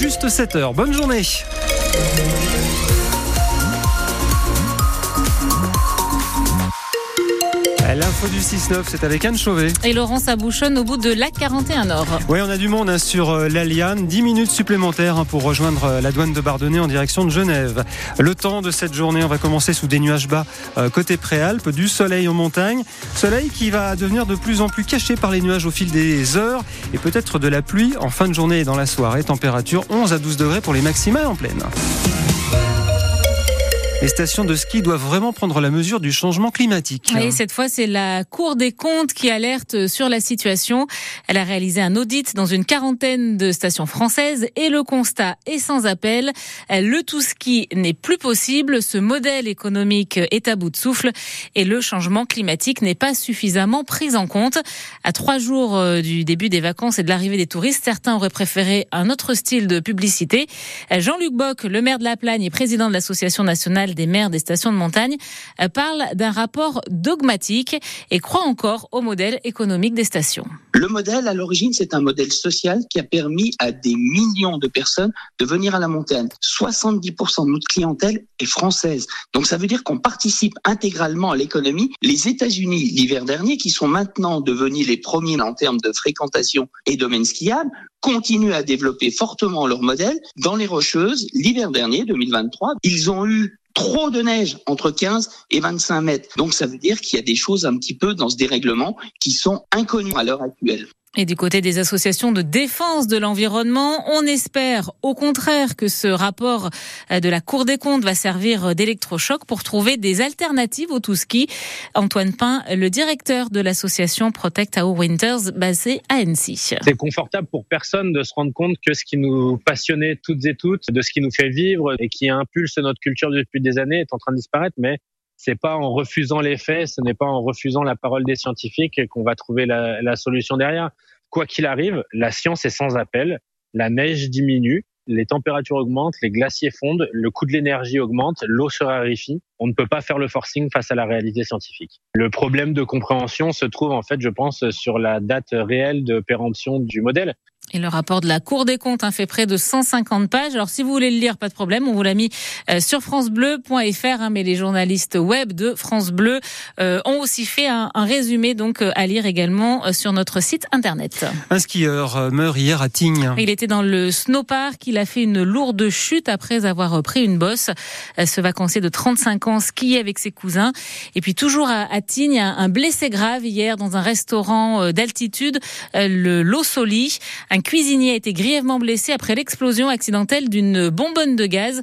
juste 7h. Bonne journée. L'info du 6-9, c'est avec Anne Chauvet. Et Laurence Abouchonne au bout de l'A41 Nord. Oui, on a du monde sur l'Aliane. 10 minutes supplémentaires pour rejoindre la douane de Bardonnay en direction de Genève. Le temps de cette journée, on va commencer sous des nuages bas côté Préalpes, du soleil en montagne. Soleil qui va devenir de plus en plus caché par les nuages au fil des heures et peut-être de la pluie en fin de journée et dans la soirée. Température 11 à 12 degrés pour les maximales en plaine. Les stations de ski doivent vraiment prendre la mesure du changement climatique. Oui, cette fois, c'est la Cour des comptes qui alerte sur la situation. Elle a réalisé un audit dans une quarantaine de stations françaises et le constat est sans appel. Le tout-ski n'est plus possible, ce modèle économique est à bout de souffle et le changement climatique n'est pas suffisamment pris en compte. À 3 jours du début des vacances et de l'arrivée des touristes, certains auraient préféré un autre style de publicité. Jean-Luc Bock, le maire de La Plagne et président de l'Association nationale des maires des stations de montagne, parle d'un rapport dogmatique et croit encore au modèle économique des stations. Le modèle, à l'origine, c'est un modèle social qui a permis à des millions de personnes de venir à la montagne. 70% de notre clientèle est française. Donc ça veut dire qu'on participe intégralement à l'économie. Les États-Unis, l'hiver dernier, qui sont maintenant devenus les premiers en termes de fréquentation et domaines skiables, continuent à développer fortement leur modèle. Dans les Rocheuses, l'hiver dernier, 2023, ils ont eu trop de neige, entre 15 et 25 mètres. Donc ça veut dire qu'il y a des choses un petit peu dans ce dérèglement qui sont inconnues à l'heure actuelle. Et du côté des associations de défense de l'environnement, on espère au contraire que ce rapport de la Cour des comptes va servir d'électrochoc pour trouver des alternatives au tout-ski. Antoine Pin, le directeur de l'association Protect Our Winters basée à Annecy. C'est confortable pour personne de se rendre compte que ce qui nous passionnait toutes et toutes, de ce qui nous fait vivre et qui impulse notre culture depuis des années est en train de disparaître, mais c'est pas en refusant les faits, ce n'est pas en refusant la parole des scientifiques qu'on va trouver la solution derrière. Quoi qu'il arrive, la science est sans appel, la neige diminue, les températures augmentent, les glaciers fondent, le coût de l'énergie augmente, l'eau se raréfie. On ne peut pas faire le forcing face à la réalité scientifique. Le problème de compréhension se trouve en fait, je pense, sur la date réelle de péremption du modèle. Et le rapport de la Cour des comptes fait près de 150 pages. Alors si vous voulez le lire, pas de problème, on vous l'a mis sur francebleu.fr, mais les journalistes web de France Bleu ont aussi fait un résumé donc à lire également sur notre site internet. Un skieur meurt hier à Tignes. Il était dans le snowpark, il a fait une lourde chute après avoir pris une bosse. Ce vacancier de 35 ans skiait avec ses cousins. Et puis toujours à Tignes, un blessé grave hier dans un restaurant d'altitude, le Lossoli. Un cuisinier a été grièvement blessé après l'explosion accidentelle d'une bonbonne de gaz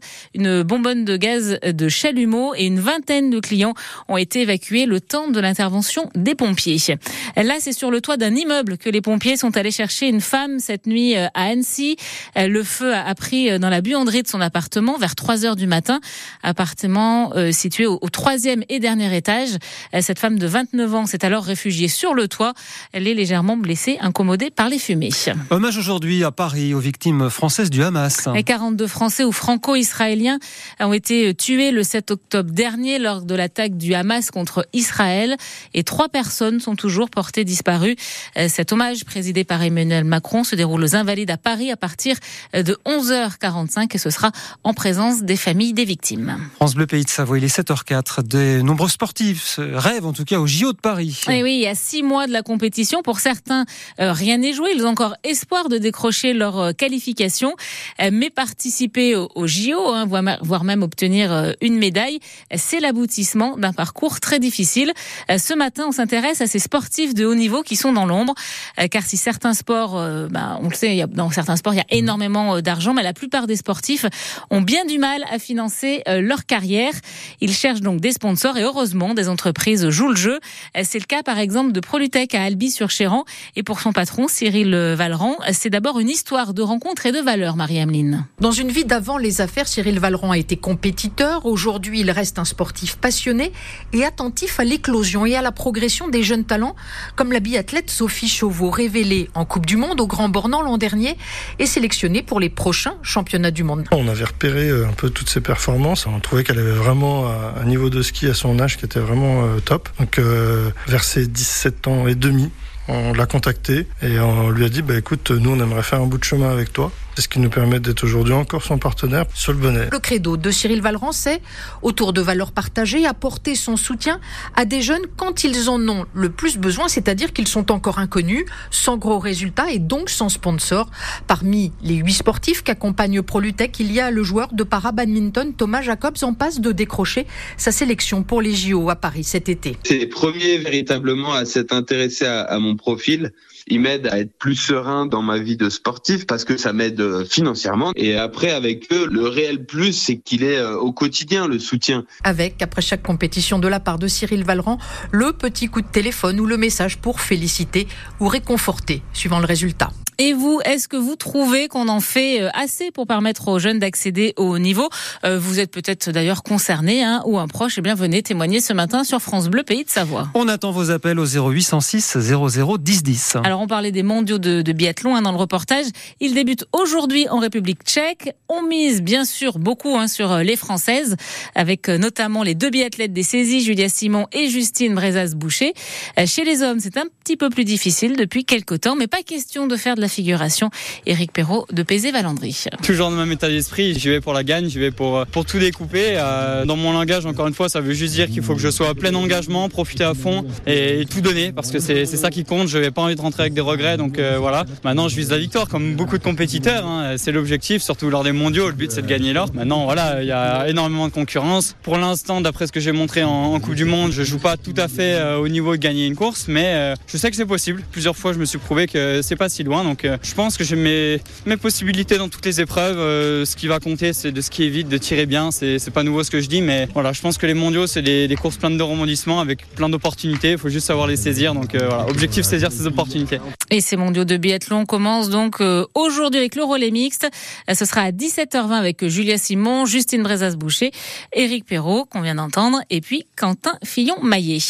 de chalumeau et une vingtaine de clients ont été évacués le temps de l'intervention des pompiers. Là, c'est sur le toit d'un immeuble que les pompiers sont allés chercher une femme cette nuit à Annecy. Le feu a pris dans la buanderie de son appartement vers 3h du matin. Appartement situé au 3e et dernier étage. Cette femme de 29 ans s'est alors réfugiée sur le toit. Elle est légèrement blessée, incommodée par les fumées. Hommage aujourd'hui à Paris aux victimes françaises du Hamas. Les 42 Français ou franco-israéliens ont été tués le 7 octobre dernier lors de l'attaque du Hamas contre Israël et 3 personnes sont toujours portées disparues. Cet hommage présidé par Emmanuel Macron se déroule aux Invalides à Paris à partir de 11h45 et ce sera en présence des familles des victimes. France Bleu Pays de Savoie, il est 7h04. De nombreux sportifs rêvent en tout cas au JO de Paris. Et oui, il y a 6 mois de la compétition. Pour certains, rien n'est joué. Ils ont encore espoir de décrocher leur qualification, mais participer au JO, voire même obtenir une médaille, c'est l'aboutissement d'un parcours très difficile. Ce matin, on s'intéresse à ces sportifs de haut niveau qui sont dans l'ombre, car si certains sports, on le sait, dans certains sports, il y a énormément d'argent, mais la plupart des sportifs ont bien du mal à financer leur carrière. Ils cherchent donc des sponsors et heureusement, des entreprises jouent le jeu. C'est le cas, par exemple, de Prolutech à Albi-sur-Chéran et pour son patron, Cyril Vallerand, c'est d'abord une histoire de rencontre et de valeurs, Marie-Ameline. Dans une vie d'avant les affaires, Cyril Vallerand a été compétiteur. Aujourd'hui, il reste un sportif passionné et attentif à l'éclosion et à la progression des jeunes talents, comme la biathlète Sophie Chauveau, révélée en Coupe du Monde au Grand Bornand l'an dernier et sélectionnée pour les prochains championnats du monde. On avait repéré un peu toutes ses performances. On trouvait qu'elle avait vraiment un niveau de ski à son âge qui était vraiment top. Donc, vers ses 17 ans et demi, on l'a contacté et on lui a dit écoute, nous on aimerait faire un bout de chemin avec toi. C'est ce qui nous permet d'être aujourd'hui encore son partenaire sur le bonnet. Le credo de Cyril Vallerand, c'est, autour de valeurs partagées, apporter son soutien à des jeunes quand ils en ont le plus besoin, c'est-à-dire qu'ils sont encore inconnus, sans gros résultats et donc sans sponsor. Parmi les 8 sportifs qu'accompagne Prolutech, il y a le joueur de para-badminton Thomas Jacobs en passe de décrocher sa sélection pour les JO à Paris cet été. C'est les premiers véritablement à s'être intéressés à mon profil. Il m'aide à être plus serein dans ma vie de sportif parce que ça m'aide financièrement. Et après, avec eux, le réel plus, c'est qu'il est au quotidien, le soutien. Avec, après chaque compétition de la part de Cyril Vallerand, le petit coup de téléphone ou le message pour féliciter ou réconforter, suivant le résultat. Et vous, est-ce que vous trouvez qu'on en fait assez pour permettre aux jeunes d'accéder au haut niveau ? Vous êtes peut-être d'ailleurs concerné ou un proche, venez témoigner ce matin sur France Bleu, Pays de Savoie. On attend vos appels au 0806 00 10 10. Alors on parlait des mondiaux de biathlon dans le reportage. Ils débutent aujourd'hui en République tchèque. On mise bien sûr beaucoup sur les Françaises, avec notamment les 2 biathlètes des saisies, Julia Simon et Justine Brezas-Boucher. Chez les hommes, c'est un petit peu plus difficile depuis quelques temps, mais pas question de faire de la figuration. Éric Perrault de Pézé-Valandry. Toujours dans le même état d'esprit, j'y vais pour la gagne, j'y vais pour tout découper. Dans mon langage, encore une fois, ça veut juste dire qu'il faut que je sois à plein engagement, profiter à fond et tout donner, parce que c'est ça qui compte. Je n'avais pas envie de rentrer avec des regrets, donc voilà. Maintenant, je vise la victoire, comme beaucoup de compétiteurs. C'est l'objectif, surtout lors des mondiaux. Le but, c'est de gagner l'or. Maintenant, voilà, il y a énormément de concurrence. Pour l'instant, d'après ce que j'ai montré en Coupe du Monde, je joue pas tout à fait au niveau de gagner une course, mais je sais que c'est possible. Plusieurs fois, je me suis prouvé que c'est pas si loin. Donc, je pense que j'ai mes possibilités dans toutes les épreuves. Ce qui va compter, c'est de skier vite, de tirer bien. C'est pas nouveau ce que je dis, mais voilà, je pense que les mondiaux, c'est des courses pleines de rebondissements avec plein d'opportunités. Il faut juste savoir les saisir. Donc, voilà, objectif, saisir ces opportunités. Et ces mondiaux de biathlon commencent donc aujourd'hui avec le relais mixte. Ce sera à 17h20 avec Julia Simon, Justine Brezas-Boucher, Éric Perrault, qu'on vient d'entendre, et puis Quentin Fillon-Maillet.